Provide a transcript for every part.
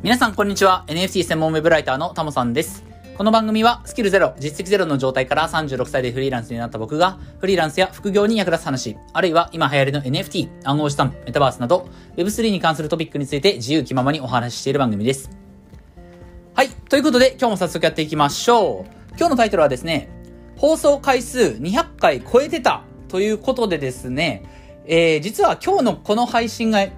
皆さんこんにちは。 NFT 専門ウェブライターのタモさんです。この番組はスキルゼロ、実績ゼロの状態から36歳でフリーランスになった僕がフリーランスや副業に役立つ話、あるいは今流行りの NFT、暗号資産、メタバースなど Web3 に関するトピックについて自由気ままにお話ししている番組です。はい。ということで今日も早速やっていきましょう。今日のタイトルはですね、放送回数200回超えてたということでですね、実は今日のこの配信が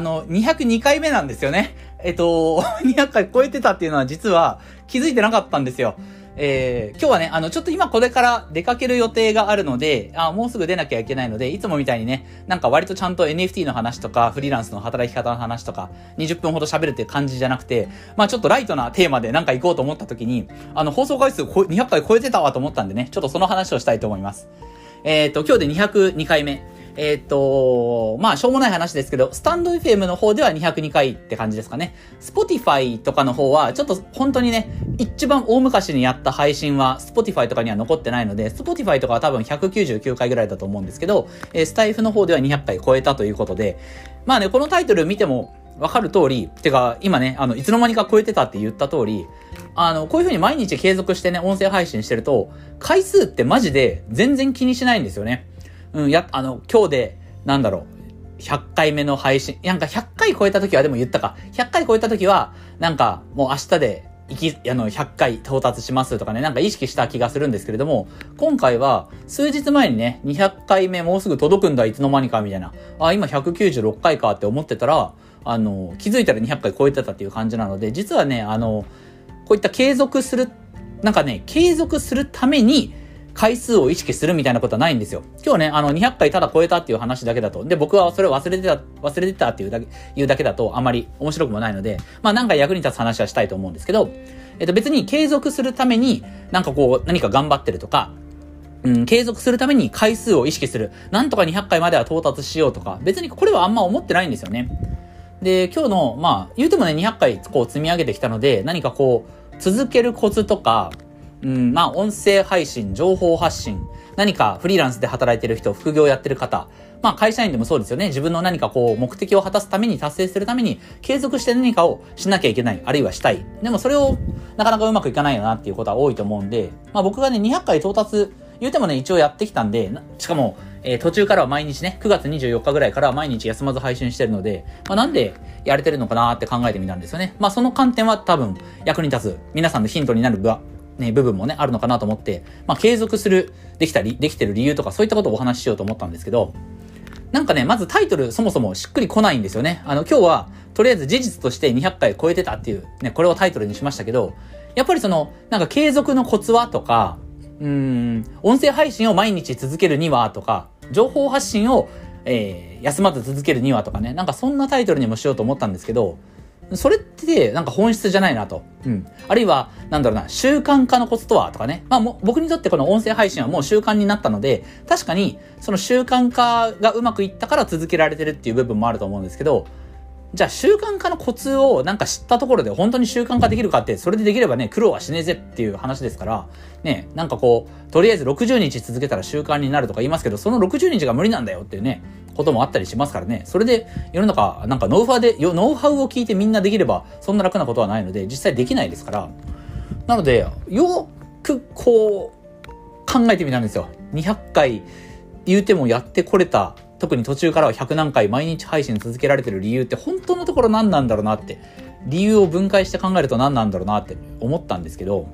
202回目なんですよね。200回超えてたっていうのは実は気づいてなかったんですよ。今日はね、ちょっと今これから出かける予定があるので、もうすぐ出なきゃいけないので、いつもみたいにね、なんか割とちゃんと NFT の話とか、フリーランスの働き方の話とか、20分ほど喋るっていう感じじゃなくて、ちょっとライトなテーマでなんか行こうと思った時に、放送回数200回超えてたわと思ったんでね、ちょっとその話をしたいと思います。今日で202回目。しょうもない話ですけど、スタンド FM の方では202回って感じですかね。Spotify とかの方は、ちょっと本当にね、一番大昔にやった配信は、Spotify とかには残ってないので、Spotify とかは多分199回ぐらいだと思うんですけど、スタイフの方では200回超えたということで、このタイトル見てもわかる通り、てか、今ね、いつの間にか超えてたって言った通り、こういう風に毎日継続してね、音声配信してると、回数ってマジで全然気にしないんですよね。今日で、100回目の配信。100回超えた時はでも言ったか。100回超えた時は、もう明日で、100回到達しますとかね、意識した気がするんですけれども、今回は、数日前にね、200回目もうすぐ届くんだ、いつの間にか、みたいな。今196回かって思ってたら、気づいたら200回超えてたっていう感じなので、実はね、こういった継続するために、回数を意識するみたいなことはないんですよ。今日ね、200回ただ超えたっていう話だけだと。で、僕はそれを忘れてたっていうだけだとあまり面白くもないので、役に立つ話はしたいと思うんですけど、別に継続するために、何か頑張ってるとか、継続するために回数を意識する。なんとか200回までは到達しようとか、別にこれはあんま思ってないんですよね。で、今日の、言うてもね、200回積み上げてきたので、続けるコツとか、音声配信、情報発信、何かフリーランスで働いてる人、副業やってる方、会社員でもそうですよね。自分の何か目的を果たすために、達成するために、継続して何かをしなきゃいけない、あるいはしたい。でもそれをなかなかうまくいかないよなっていうことは多いと思うんで、僕がね、200回到達、言うてもね、一応やってきたんで、しかも、途中からは毎日ね、9月24日ぐらいからは毎日休まず配信してるので、なんでやれてるのかなって考えてみたんですよね。その観点は多分役に立つ、皆さんのヒントになる部分もね、あるのかなと思って、継続できてる理由とかそういったことをお話ししようと思ったんですけど、まずタイトルそもそもしっくりこないんですよね。今日は、とりあえず事実として200回超えてたっていう、ね、これをタイトルにしましたけど、やっぱり継続のコツはとか、音声配信を毎日続けるにはとか、情報発信を、休まず続けるにはとかね、そんなタイトルにもしようと思ったんですけど、それって本質じゃないなと。あるいは、習慣化のコツとはとかね。僕にとってこの音声配信はもう習慣になったので、確かにその習慣化がうまくいったから続けられてるっていう部分もあると思うんですけど、じゃあ習慣化のコツを知ったところで本当に習慣化できるかって、それでできればね、苦労はしねえぜっていう話ですから、ね、とりあえず60日続けたら習慣になるとか言いますけど、その60日が無理なんだよっていうね、こともあったりしますからね。それで世の中、ノウハウを聞いてみんなできれば、そんな楽なことはないので、実際できないですから。なので、よく考えてみたんですよ。200回言うてもやってこれた、特に途中からは100何回毎日配信続けられてる理由って本当のところ何なんだろうなって、理由を分解して考えると何なんだろうなって思ったんですけど、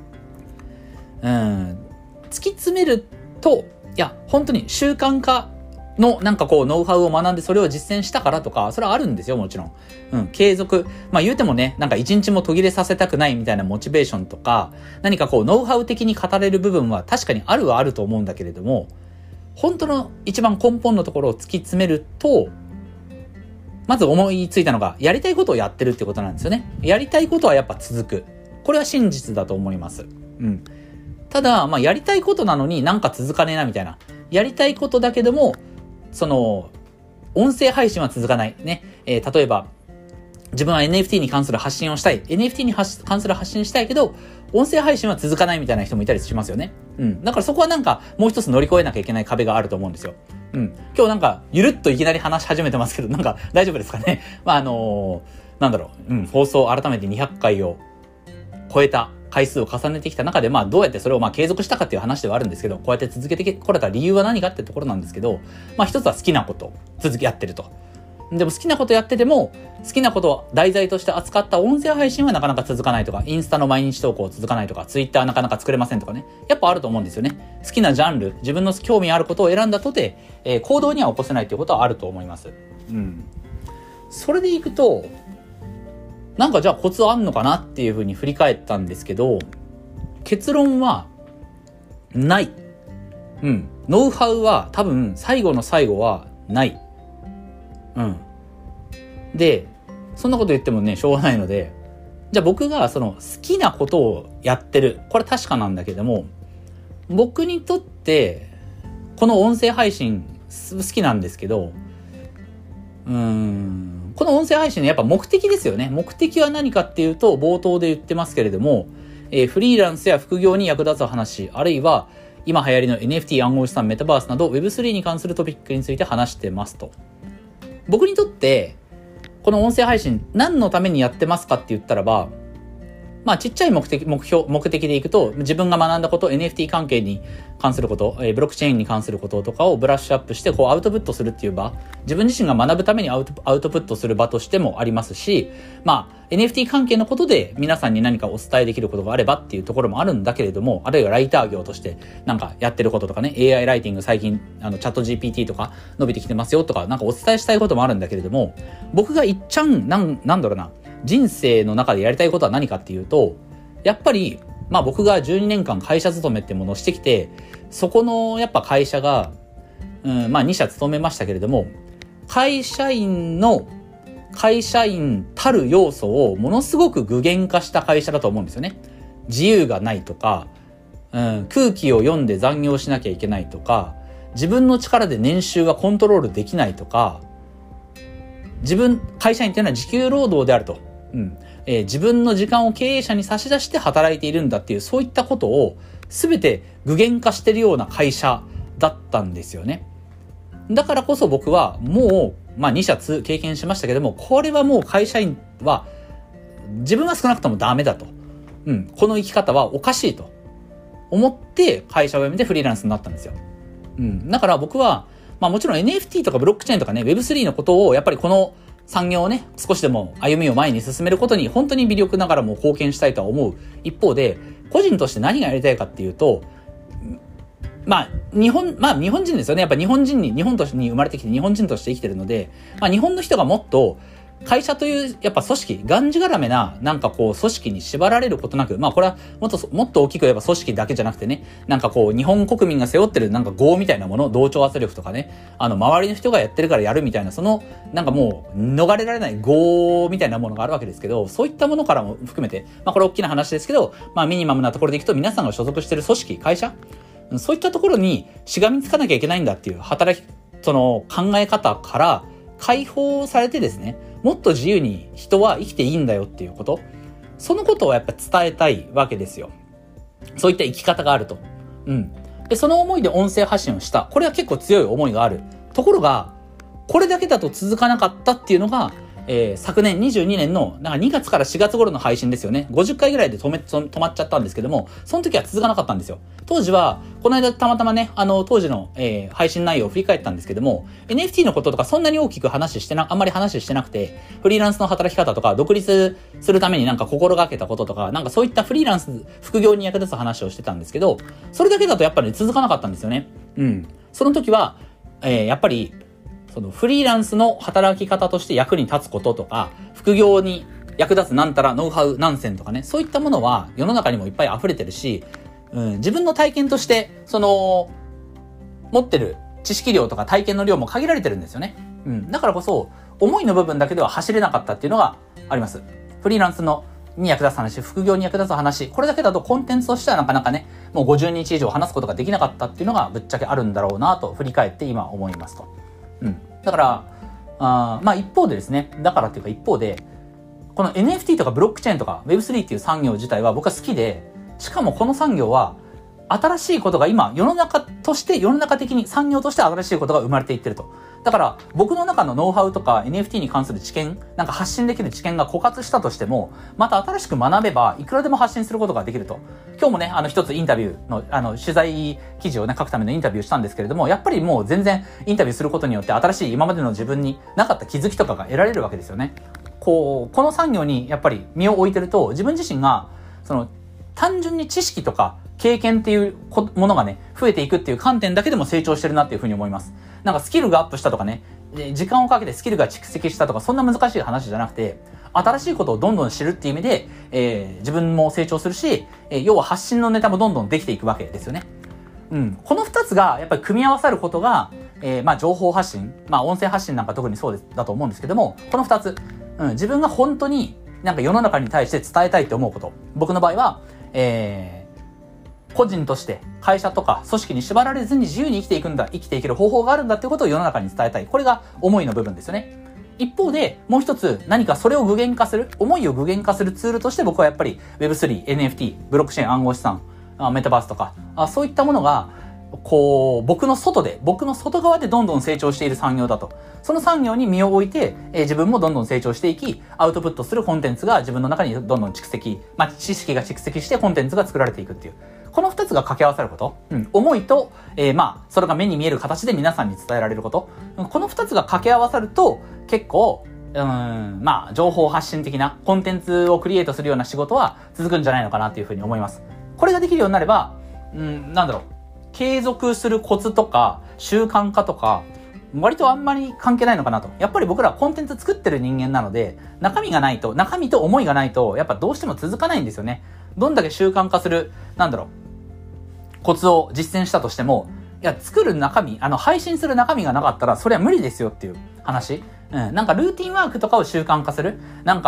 突き詰めると、本当に習慣化のノウハウを学んでそれを実践したからとか、それはあるんですよ、もちろん。継続。言うてもね、一日も途切れさせたくないみたいなモチベーションとか、ノウハウ的に語れる部分は確かにあるはあると思うんだけれども、本当の一番根本のところを突き詰めると、まず思いついたのが、やりたいことをやってるってことなんですよね。やりたいことはやっぱ続く。これは真実だと思います。ただ、やりたいことなのに続かねえなみたいな。やりたいことだけども、音声配信は続かない。ね。例えば、自分は NFT に関する発信をしたい。NFT に関する発信したいけど、音声配信は続かないみたいな人もいたりしますよね。だからそこはもう一つ乗り越えなきゃいけない壁があると思うんですよ。今日ゆるっといきなり話し始めてますけど、大丈夫ですかね。 放送改めて200回を超えた回数を重ねてきた中で、どうやってそれを継続したかっていう話ではあるんですけど、こうやって続けてこれた理由は何かってところなんですけど、一つは好きなことをやってると。でも好きなことやってても、好きなことを題材として扱った音声配信はなかなか続かないとか、インスタの毎日投稿続かないとか、ツイッターなかなか作れませんとかね。やっぱあると思うんですよね。好きなジャンル、自分の興味あることを選んだとて、行動には起こせないということはあると思います。それでいくと、じゃあコツあんのかなっていうふうに振り返ったんですけど、結論はない。ノウハウは多分最後の最後はない。で、そんなこと言ってもね、しょうがないので、じゃあ僕がその好きなことをやってる。これ確かなんだけども、僕にとってこの音声配信好きなんですけど、この音声配信のやっぱ目的ですよね。目的は何かっていうと、冒頭で言ってますけれども、フリーランスや副業に役立つ話、あるいは今流行りの NFT、暗号資産、メタバースなど Web3 に関するトピックについて話してますと。僕にとってこの音声配信何のためにやってますかって言ったらば、ちっちゃい目的でいくと、自分が学んだこと、NFT 関係に関すること、ブロックチェーンに関することとかをブラッシュアップして、アウトプットするっていう場、自分自身が学ぶためにアウトプットする場としてもありますし、NFT 関係のことで皆さんに何かお伝えできることがあればっていうところもあるんだけれども、あるいはライター業としてやってることとかね、AI ライティング最近、チャット GPT とか伸びてきてますよとか、お伝えしたいこともあるんだけれども、僕が人生の中でやりたいことは何かっていうと、やっぱり、僕が12年間会社勤めってものをしてきて、そこのやっぱ会社が、2社勤めましたけれども、会社員たる要素をものすごく具現化した会社だと思うんですよね。自由がないとか、空気を読んで残業しなきゃいけないとか、自分の力で年収はコントロールできないとか、会社員っていうのは時給労働であると。自分の時間を経営者に差し出して働いているんだっていう、そういったことを全て具現化しているような会社だったんですよね。だからこそ僕はもう、2社経験しましたけども、これはもう会社員は自分は少なくともダメだと。この生き方はおかしいと思って会社を辞めてフリーランスになったんですよ。だから僕は、もちろん NFT とかブロックチェーンとかね、Web3 のことをやっぱりこの産業をね、少しでも歩みを前に進めることに本当に微力ながらも貢献したいとは思う一方で、個人として何がやりたいかっていうと、日本人ですよね。やっぱ日本として生まれてきて日本人として生きてるので、日本の人がもっと会社というやっぱ組織、がんじがらめな組織に縛られることなく、これはもっと大きく言えば組織だけじゃなくてね、日本国民が背負ってる業みたいなもの、同調圧力とかね、周りの人がやってるからやるみたいな、そのもう逃れられない業みたいなものがあるわけですけど、そういったものからも含めて、これ大きな話ですけど、ミニマムなところでいくと皆さんが所属している組織、会社、そういったところにしがみつかなきゃいけないんだっていうその考え方から解放されてですね、もっと自由に人は生きていいんだよっていうこと、そのことをやっぱ伝えたいわけですよ。そういった生き方があると。で、その思いで音声発信をした。これは結構強い思いがある。ところが、これだけだと続かなかったっていうのが、昨年22年の2月から4月頃の配信ですよね。50回ぐらいで止まっちゃったんですけども、その時は続かなかったんですよ。当時は、この間たまたまね、当時の、配信内容を振り返ったんですけども、NFT のこととかそんなに大きくあんまり話してなくて、フリーランスの働き方とか、独立するために心がけたこととか、そういったフリーランス、副業に役立つ話をしてたんですけど、それだけだとやっぱり続かなかったんですよね。その時は、やっぱり、そのフリーランスの働き方として役に立つこととか、副業に役立つなんたらノウハウ何千とかね、そういったものは世の中にもいっぱい溢れてるし、自分の体験として持ってる知識量とか体験の量も限られてるんですよね。だからこそ思いの部分だけでは走れなかったっていうのがあります。フリーランスに役立つ話、副業に役立つ話、これだけだとコンテンツとしてはなかなかね、もう50日以上話すことができなかったっていうのがぶっちゃけあるんだろうなと振り返って今思いますと。だから、一方でですね、一方で、この NFT とかブロックチェーンとか Web3 っていう産業自体は僕は好きで、しかもこの産業は、 新しいことが今、世の中的に産業として新しいことが生まれていってると。だから、僕の中のノウハウとか NFT に関する知見、なんか発信できる知見が枯渇したとしても、また新しく学べば、いくらでも発信することができると。今日もね、一つインタビューの、取材記事をね、書くためのインタビューしたんですけれども、やっぱりもう全然インタビューすることによって新しい今までの自分になかった気づきとかが得られるわけですよね。この産業にやっぱり身を置いてると、自分自身が、単純に知識とか経験っていうものがね、増えていくっていう観点だけでも成長してるなっていうふうに思います。なんかスキルがアップしたとかね、時間をかけてスキルが蓄積したとか、そんな難しい話じゃなくて、新しいことをどんどん知るっていう意味で、自分も成長するし、要は発信のネタもどんどんできていくわけですよね。この二つがやっぱり組み合わさることが、情報発信、音声発信なんか特にそうだと思うんですけども、この二つ、自分が本当になんか世の中に対して伝えたいって思うこと。僕の場合は、個人として会社とか組織に縛られずに自由に生きていける方法があるんだっていうことを世の中に伝えたい。これが思いの部分ですよね。一方で、もう一つ何かそれを具現化する、思いを具現化するツールとして僕はやっぱり Web3、NFT、ブロックチェーン暗号資産、メタバースとか、そういったものが、僕の外側でどんどん成長している産業だと。その産業に身を置いて、自分もどんどん成長していき、アウトプットするコンテンツが自分の中にどんどん蓄積、知識が蓄積してコンテンツが作られていくっていう。この二つが掛け合わさること。思いと、それが目に見える形で皆さんに伝えられること。この二つが掛け合わさると、結構、情報発信的なコンテンツをクリエイトするような仕事は続くんじゃないのかなっていうふうに思います。これができるようになれば、継続するコツとか、習慣化とか、割とあんまり関係ないのかなと。やっぱり僕らはコンテンツ作ってる人間なので、中身と思いがないと、やっぱどうしても続かないんですよね。どんだけ習慣化する、コツを実践したとしても、作る中身、配信する中身がなかったら、それは無理ですよっていう話。なんかルーティンワークとかを習慣化する。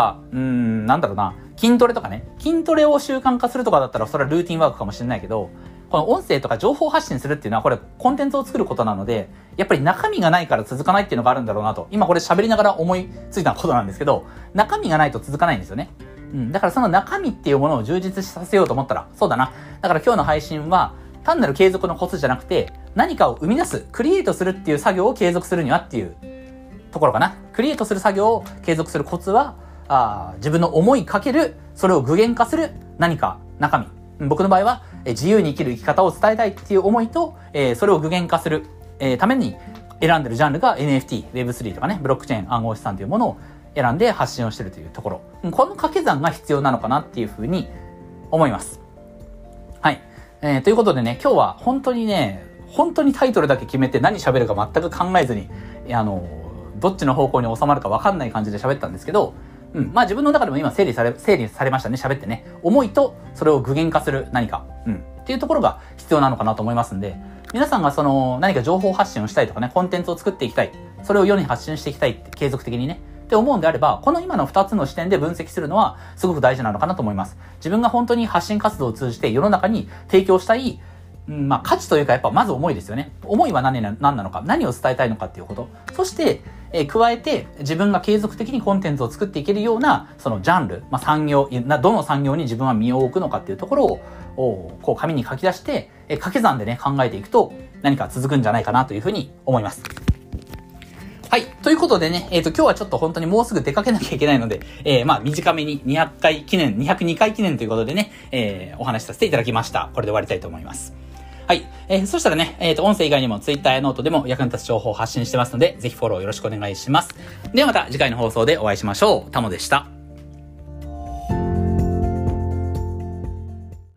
筋トレとかね。筋トレを習慣化するとかだったら、それはルーティンワークかもしれないけど、この音声とか情報発信するっていうのは、これコンテンツを作ることなので、やっぱり中身がないから続かないっていうのがあるんだろうなと。今これ喋りながら思いついたことなんですけど、中身がないと続かないんですよね。だからその中身っていうものを充実させようと思ったら、そうだな。だから今日の配信は、単なる継続のコツじゃなくて、何かを生み出す、クリエイトするっていう作業を継続するにはっていうところかな。クリエイトする作業を継続するコツは、自分の思いかける、それを具現化する何か中身。僕の場合は、自由に生きる生き方を伝えたいっていう思いと、それを具現化する、ために選んでるジャンルが NFT、Web3 とかね、ブロックチェーン暗号資産というものを選んで発信をしているというところ。この掛け算が必要なのかなっていうふうに思います。はい。ということでね、今日は本当にタイトルだけ決めて何喋るか全く考えずに、どっちの方向に収まるか分かんない感じで喋ったんですけど、自分の中でも今整理されましたね、喋ってね。思いとそれを具現化する何か、っていうところが必要なのかなと思いますんで、皆さんが何か情報発信をしたいとかね、コンテンツを作っていきたい、それを世に発信していきたいって継続的にね、って思うんであれば、この今の2つの視点で分析するのはすごく大事なのかなと思います。自分が本当に発信活動を通じて世の中に提供したい、価値というかやっぱまず思いですよね。思いは何なのか、何を伝えたいのかっていうこと。そして、加えて自分が継続的にコンテンツを作っていけるような、そのジャンル、産業、どの産業に自分は身を置くのかっていうところを、紙に書き出して、掛け算でね、考えていくと何か続くんじゃないかなというふうに思います。はい。ということでね、今日はちょっと本当にもうすぐ出かけなきゃいけないので、短めに202回記念ということでね、お話しさせていただきました。これで終わりたいと思います。はい。そしたらね、音声以外にも Twitter やノートでも役に立つ情報を発信してますので、ぜひフォローよろしくお願いします。ではまた次回の放送でお会いしましょう。タモでした。